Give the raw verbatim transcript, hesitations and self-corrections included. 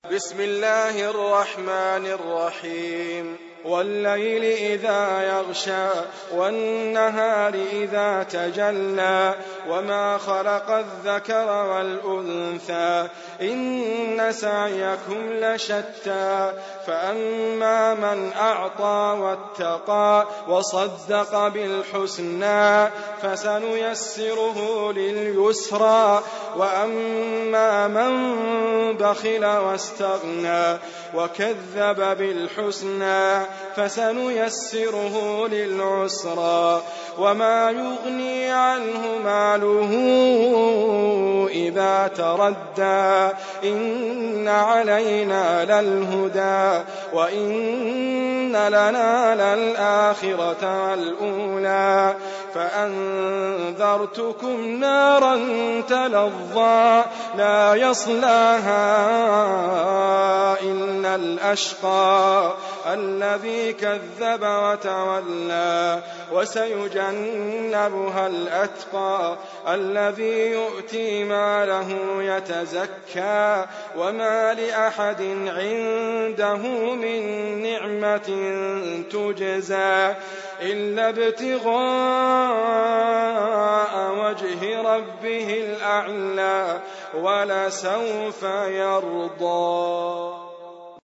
بسم الله الرحمن الرحيم والليل إذا يغشى والنهار إذا تجلى وما خلق الذكر والأنثى إن سعيكم لشتى فأما من أعطى واتقى وصدق بالحسنى فسنيسره لليسرى وأما من بخل واستغنى وكذب بالحسنى فسنيسره للعسرى وما يغني عنه ماله إذا تردى إن علينا للهدى وإن لنا للآخرة والأولى فأنذرتكم نارا تلظى لا يصلاها إلا الأشقى الذي كذب وتولى وسيجنبها الأتقى الذي يؤتي ماله يتزكى وما لأحد عنده من نعمة تجزى إلا ابتغاء وجه ربه الأعلى ولسوف يرضى.